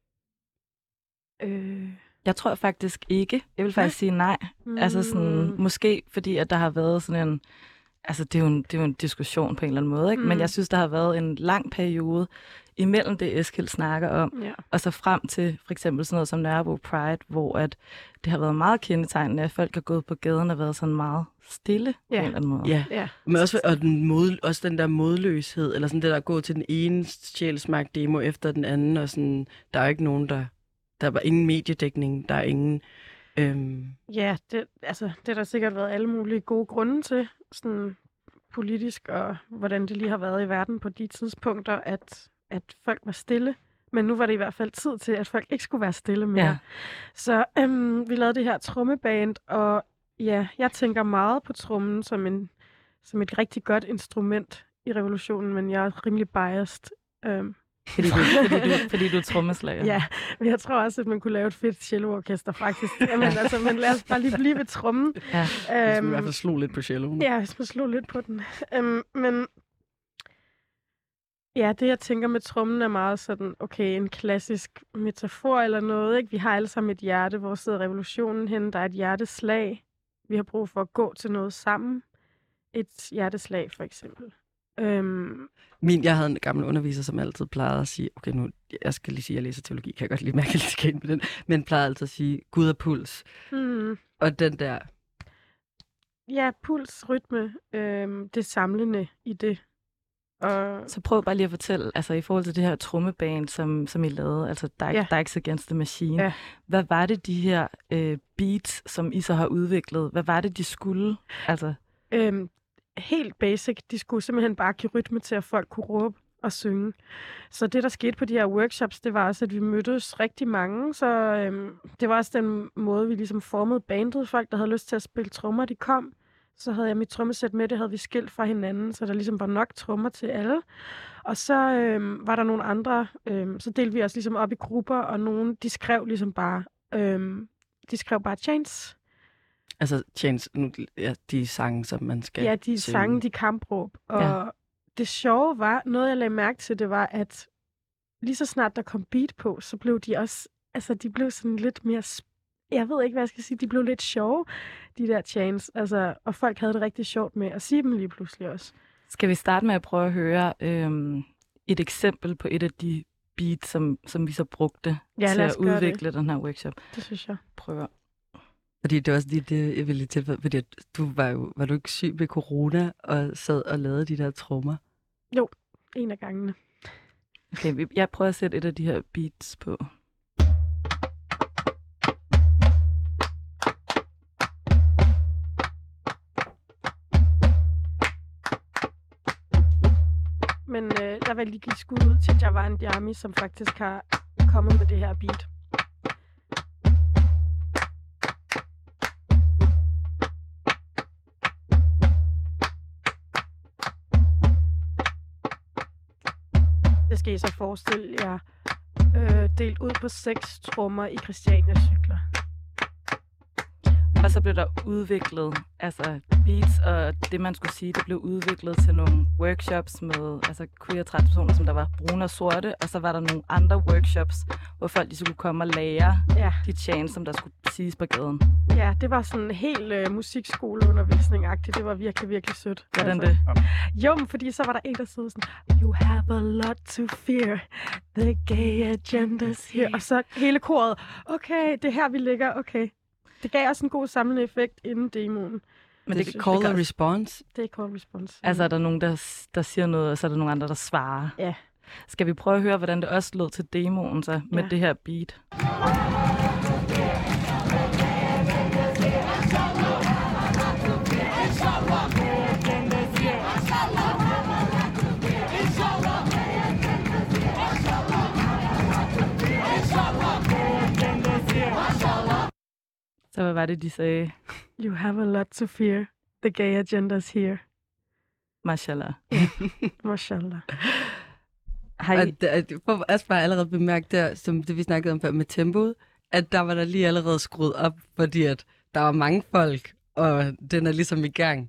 Jeg tror faktisk ikke. Jeg vil faktisk sige nej. Altså sådan, måske fordi, at der har været sådan en... Altså, det er jo en diskussion på en eller anden måde, ikke? Men jeg synes, der har været en lang periode imellem det, Eskild snakker om, og så frem til for eksempel sådan noget som Nørrebro Pride, hvor at det har været meget kendetegnende, at folk har gået på gaden og været sådan meget stille på en eller anden måde. Ja. Men også, også den der modløshed, eller sådan det der at gå til den ene sjælsmark-demo efter den anden, og sådan, der er ikke nogen, der var ingen mediedækning, der er ingen... Ja, det har der sikkert været alle mulige gode grunde til, sådan politisk, og hvordan det lige har været i verden på de tidspunkter, at folk var stille. Men nu var det i hvert fald tid til, at folk ikke skulle være stille mere. Ja. Så vi lavede det her trommeband, og ja, jeg tænker meget på trommen som et rigtig godt instrument i revolutionen, men jeg er rimelig biased. Fordi du er trommeslager. Ja, men jeg tror også, at man kunne lave et fedt celloorkester, faktisk. Men lad os bare lige blive ved trommen. Ja. Hvis man i hvert fald slog lidt på celloen. Ja, hvis man slog lidt på den. Men ja, det jeg tænker med trommen er meget sådan, okay, en klassisk metafor eller noget, ikke? Vi har alle sammen et hjerte. Hvor sidder revolutionen henne? Der er et hjerteslag. Vi har brug for at gå til noget sammen. Et hjerteslag, for eksempel. Jeg havde en gammel underviser, som altid plejede at sige, okay, nu, jeg skal lige sige, at jeg læser teologi, kan jeg godt lige mærke, at jeg skal ind på den, men plejede altid at sige, Gud er puls. Og den der... Ja, puls, rytme, det samlende i det. Og... Så prøv bare lige at fortælle, altså i forhold til det her trommeband, som I lavede, altså Dykes Against the Machine. Ja. Hvad var det, de her beats, som I så har udviklet, hvad var det, de skulle? Altså... Helt basic. De skulle simpelthen bare give rytme til, at folk kunne råbe. at synge. Så det, der skete på de her workshops, det var også, at vi mødtes rigtig mange. Så det var også den måde, vi ligesom formede bandet. Folk, der havde lyst til at spille trommer, de kom. Så havde jeg mit trommesæt med, det havde vi skilt fra hinanden, så der ligesom var nok trommer til alle. Og så var der nogle andre, så delte vi os ligesom op i grupper, og nogle, de skrev ligesom bare, Chains. Altså Chains, de sange, som man skal Ja, de synge. sange, de kampråb. Og det sjove var, noget jeg lagde mærke til, det var, at lige så snart der kom beat på, så blev de også, altså de blev sådan lidt mere, jeg ved ikke, hvad jeg skal sige, de blev lidt sjove, de der Chains. Altså, og folk havde det rigtig sjovt med at sige dem lige pludselig også. Skal vi starte med at prøve at høre et eksempel på et af de beats, som vi så brugte til at udvikle den her workshop? Det synes jeg. Prøver. Fordi det var også lige det, jeg ville lige tilføje, fordi du var du ikke syg ved corona og sad og lavede de der trommer? Jo, en af gangene. Okay, jeg prøver at sætte et af de her beats på. Men der vil lige give skud ud til Javan Diami, som faktisk har kommet med det her beat. Det skal I så forestille jer delt ud på 6 trommer i Christiania-cykler. Og så blev der udviklet, altså beats og det, man skulle sige, det blev udviklet til nogle workshops med altså queer transpersoner, som der var brune og sorte, og så var der nogle andre workshops, hvor folk de skulle komme og lære de chants, som der skulle siges på gaden. Ja, det var sådan en helt musikskoleundervisning-agtigt. Det var virkelig, virkelig sødt. Hvordan det? Jo, men fordi så var der en, der stod sådan, you have a lot to fear, the gay agenda's here. Og så hele koret, okay, det er her, vi ligger, okay. Det gav også en god samlende effekt inden demoen. Men det er call and response? Det er call and response. Altså er der nogen, der siger noget, og så er der nogle andre, der svarer. Ja. Skal vi prøve at høre, hvordan det også lød til demoen så med det her beat? Så hvad var det, de sagde? You have a lot to fear. The gay agenda's here. Mashallah. Mashallah. For at bare allerede bemærke der, som det vi snakkede om før med tempoet, at der var der lige allerede skruet op, fordi at der var mange folk, og den er ligesom i gang.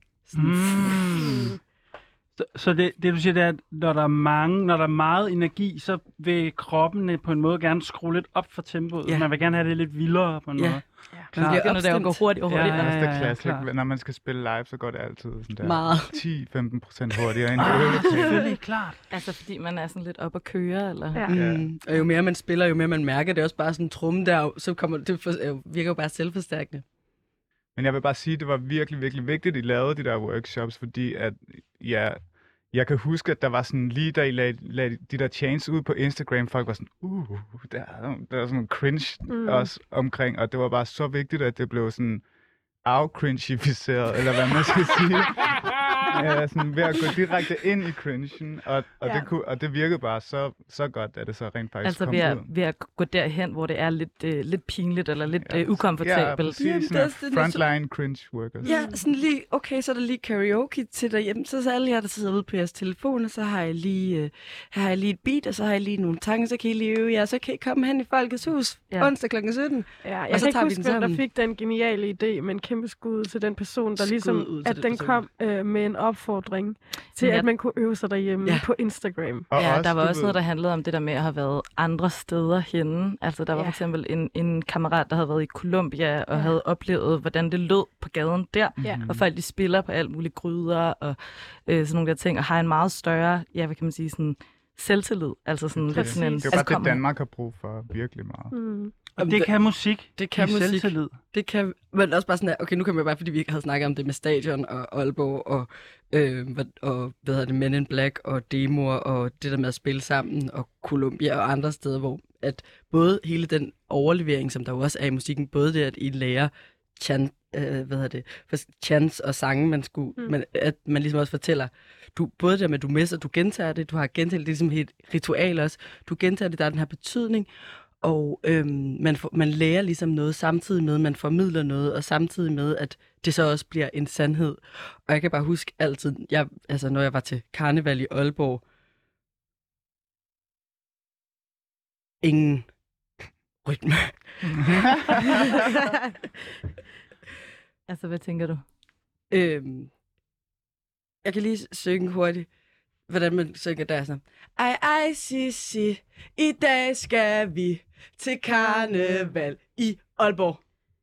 Så det du siger, det er, at når der er meget energi, så vil kroppen på en måde gerne skrue lidt op for tempoet. Ja. Man vil gerne have det lidt vildere på en måde. Ja, det begynder det at gå hurtigt og hurtigt. Ja, det er klassisk. Når man skal spille live, så går det altid sådan der 10-15% hurtigere end det. Selvfølgelig, klart. Altså fordi man er sådan lidt op at køre, eller? Ja. Og jo mere man spiller, jo mere man mærker, det er også bare sådan en tromme der, så kommer det virker jo bare selvforstærkende. Men jeg vil bare sige, at det var virkelig, virkelig vigtigt, at I lavede de der workshops, fordi at, jeg kan huske, at der var sådan, lige da I lagde de der chants ud på Instagram, folk var sådan, der er sådan en cringe også omkring, og det var bare så vigtigt, at det blev sådan afcringificeret, eller hvad man skal sige. Sådan ved at gå direkte ind i cringen, og det virkede bare så godt, at det så rent faktisk kom ud. Ved at gå derhen, hvor det er lidt pinligt, eller lidt ukomfortabelt. Ja, præcis. Frontline cringe workers. Ja, sådan lige, okay, så er der lige karaoke til derhjemme, så alle jer, der sidder ude på jeres telefoner, så har jeg lige, et beat, og så har jeg lige nogle tanker, så kan I lige øve jer, så kan I komme hen i Folkets Hus onsdag kl. 17. Ja, jeg kan ikke huske, hvem der fik den geniale idé, men kæmpe skud til den person, der ligesom, at den kom med en opfordring til, at man kunne øve sig derhjemme på Instagram. Ja, der var også noget, der handlede om det der med at have været andre steder henne. Altså, der var for eksempel en kammerat, der havde været i Colombia og havde oplevet, hvordan det lød på gaden der. Og folk, de spiller på alt muligt gryder og sådan nogle der ting, og har en meget større, hvad kan man sige, sådan selvtillid. Altså sådan lidt sådan en... Det er bare det, Danmark har brug for virkelig meget. Og det kan musik. Det kan musik. Selvtillid. Det kan, men også bare sådan, okay, nu kan vi bare, fordi vi ikke havde snakket om det med Stadion og Aalborg og hvad hedder det, Men in Black og demoer og det der med at spille sammen og Colombia og andre steder, hvor at både hele den overlevering, som der jo også er i musikken, både det, at I lærer chants og sange, man skulle, at man ligesom også fortæller, både det med, at du messer, du gentager det, du har gentaget det, ligesom et ritual også, du gentager det, der er den her betydning, og man lærer ligesom noget, samtidig med, man formidler noget, og samtidig med, at det så også bliver en sandhed. Og jeg kan bare huske altid, når jeg var til karneval i Aalborg, ingen rytme. Altså, hvad tænker du? Jeg kan lige synge hurtigt, hvordan man synger der sådan. Ej, Sissi, i dag skal vi til karneval i Aalborg.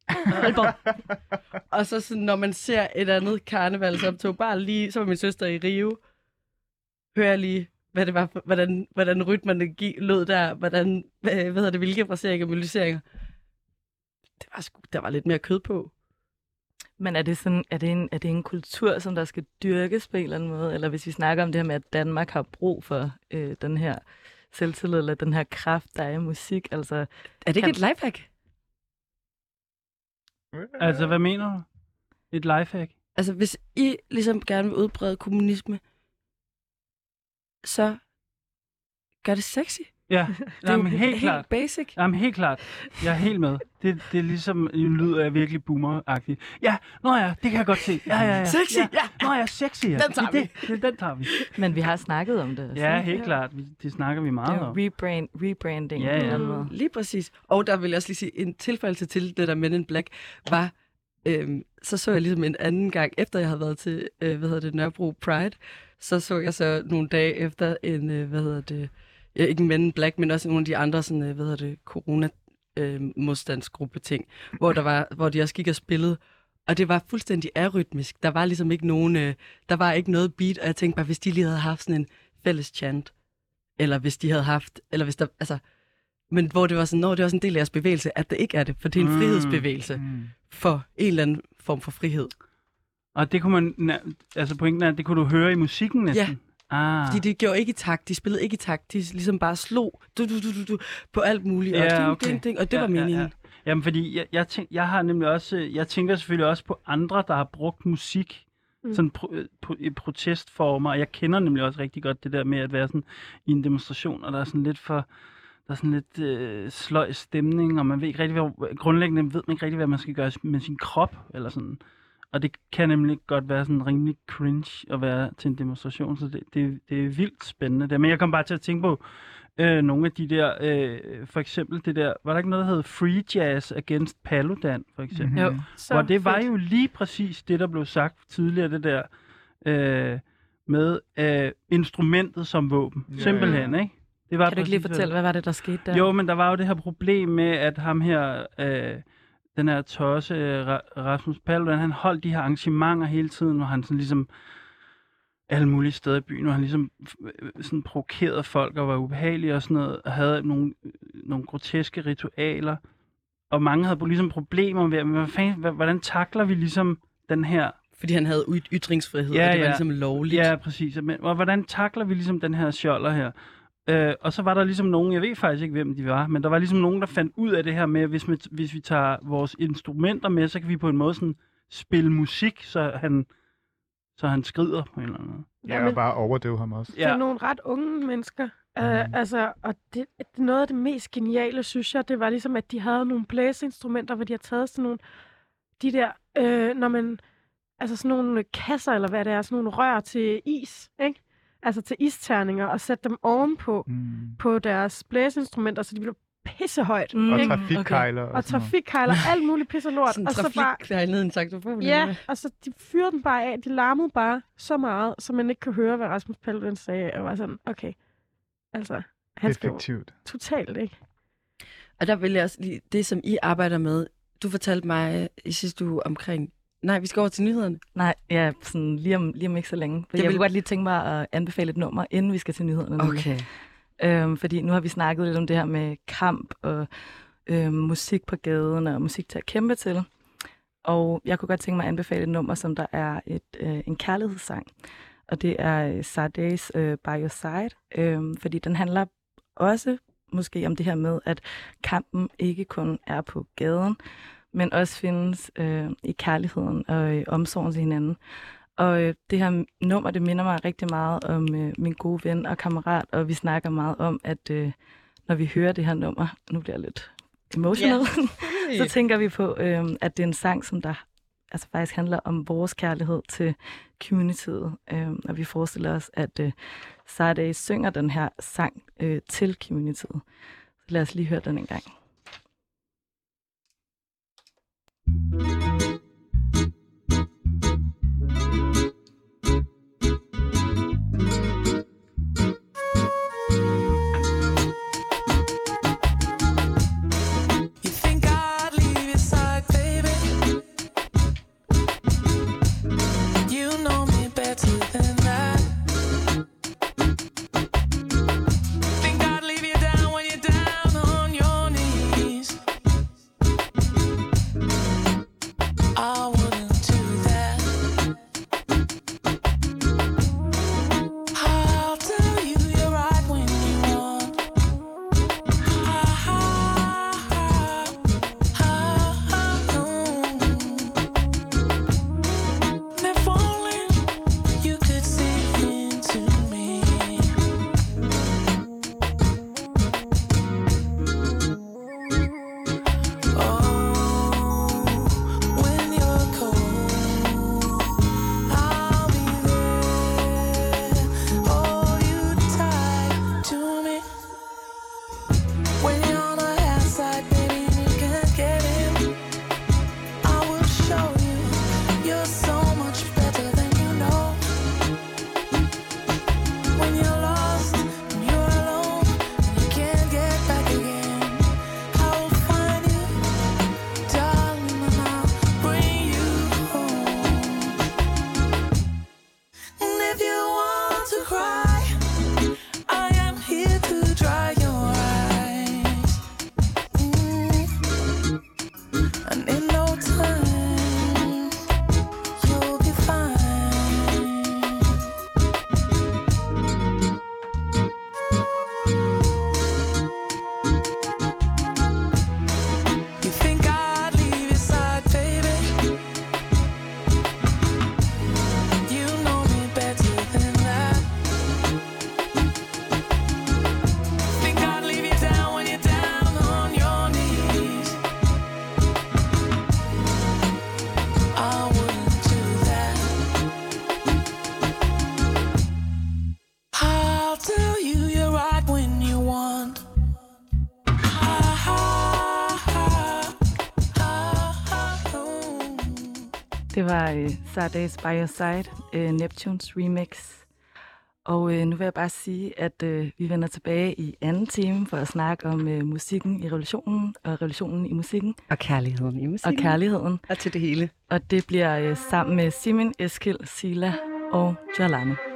Og så sådan, når man ser et andet karnevalsoptog, bare lige, så var min søster i Rio, hører jeg lige, hvad det var, hvordan rytmerne lød der, hvilke fraseringer og melodiseringer. Der var lidt mere kød på. Men er det en kultur, som der skal dyrkes på en eller anden måde? Eller hvis vi snakker om det her med, at Danmark har brug for den her selvtillid, eller den her kraft, der er i musik, altså... Er det ikke et lifehack? Altså, hvad mener du? Et lifehack? Altså, hvis I ligesom gerne vil udbrede kommunisme, så gør det sexy. Ja, det er helt klart. Basic. Jamen, helt klart. Jeg er helt med. Det er ligesom, lyder jeg virkelig boomer-agtigt. Ja, det kan jeg godt se. Ja. Sexy, ja. Sexy, ja. Den tager vi. Den tager vi. Men vi har snakket om det. Ja, helt klart. Det snakker vi meget om. Rebranding. Ja. Lige præcis. Og der vil jeg også lige sige, en tilføjelse til det der Men in Black var, så jeg ligesom en anden gang, efter jeg havde været til, Nørrebro Pride, så jeg nogle dage efter en, ikke Men in Black, men også nogle af de andre sådan, corona-modstandsgruppe ting, hvor de også gik og spillede, og det var fuldstændig arytmisk. Der var ligesom ikke nogen, der var ikke noget beat, og jeg tænkte bare, hvis de lige havde haft sådan en fælles chant, eller hvis de havde haft, eller hvis der, altså, men hvor det var sådan, det var sådan en del af jeres bevægelse, at det ikke er det, for det er en frihedsbevægelse for en eller anden form for frihed. Og det kunne man, altså pointen er, at det kunne du høre i musikken næsten? Ja. Fordi de gjorde ikke i takt, de spillede ikke i takt, de ligesom bare slog på alt muligt, og ding, og det var meningen. Ja. Jamen, fordi jeg har nemlig også, jeg tænker selvfølgelig også på andre, der har brugt musik sådan i protestformer, og jeg kender nemlig også rigtig godt det der med at være sådan i en demonstration, og der er sådan lidt sløj stemning, og man ved ikke rigtig, grundlæggende ved man ikke rigtig, hvad man skal gøre med sin krop, eller sådan. Og det kan nemlig godt være sådan rimelig cringe at være til en demonstration, så det er vildt spændende. Men jeg kom bare til at tænke på nogle af de der, for eksempel det der, var der ikke noget, der hed Free Jazz Against Paludan, for eksempel? Jo, hvor det var jo lige præcis det, der blev sagt tidligere, det der med instrumentet som våben. Simpelthen, ikke? Det var kan du ikke lige fortælle, hvad var det, der skete der? Jo, men der var jo det her problem med, at ham her... den her tosse, Rasmus Paludan, han holdt de her arrangementer hele tiden, hvor han sådan ligesom alle mulige steder i byen, hvor han ligesom sådan provokerede folk og var ubehagelige og sådan noget, og havde nogle groteske ritualer. Og mange havde ligesom problemer med, hvordan takler vi ligesom den her... Fordi han havde ytringsfrihed, og det var ligesom lovligt. Ja, præcis. Og hvordan takler vi ligesom den her skjolder her? Og så var der ligesom nogen, jeg ved faktisk ikke, hvem de var, men der var ligesom nogen, der fandt ud af det her med, at hvis vi tager vores instrumenter med, så kan vi på en måde sådan spille musik, så han skrider på en eller anden måde. Ja, og bare overdøve ham også. Det er nogle ret unge mennesker. Og det noget af det mest geniale, synes jeg, det var ligesom, at de havde nogle blæseinstrumenter, hvor de har taget sådan nogle, de der, når man, altså sådan nogle kasser, eller hvad det er, sådan nogle rør til is, ikke? Altså til isterninger, og sætte dem ovenpå på deres blæseinstrumenter, så de blev pissehøjt. Og trafikkejler. Og trafikkejler, alt muligt pisselort. Sådan trafikkejlet en saxofon. Ja, og så de fyrede den bare af. De larmede bare så meget, så man ikke kan høre, hvad Rasmus Paludan sagde. Og var sådan, okay, altså, han skal jo totalt, ikke? Og der vil jeg også lige, det som I arbejder med, du fortalte mig i sidste uge omkring... Nej, vi skal over til nyhederne. Nej, ja, sådan lige om ikke så længe. Jeg vil godt lige tænke mig at anbefale et nummer, inden vi skal til nyhederne. Okay. Fordi nu har vi snakket lidt om det her med kamp og musik på gaden og musik til at kæmpe til. Og jeg kunne godt tænke mig at anbefale et nummer, som der er en kærlighedssang. Og det er Sade's By Your Side. Fordi den handler også måske om det her med, at kampen ikke kun er på gaden, men også findes i kærligheden og i omsorgen til hinanden. Og det her nummer, det minder mig rigtig meget om min gode ven og kammerat, og vi snakker meget om, at når vi hører det her nummer, nu bliver jeg lidt emotional, så tænker vi på, at det er en sang, som der altså faktisk handler om vores kærlighed til communityet. Og vi forestiller os, at Saturday synger den her sang til communityet. Så lad os lige høre den en gang. Det var Saturday's By Your Side, Neptunes remix. Og nu vil jeg bare sige, at vi vender tilbage i anden time for at snakke om musikken i revolutionen, og revolutionen i musikken. Og kærligheden i musikken. Og kærligheden. Og til det hele. Og det bliver sammen med Simin, Eskild, Sila og Jalane.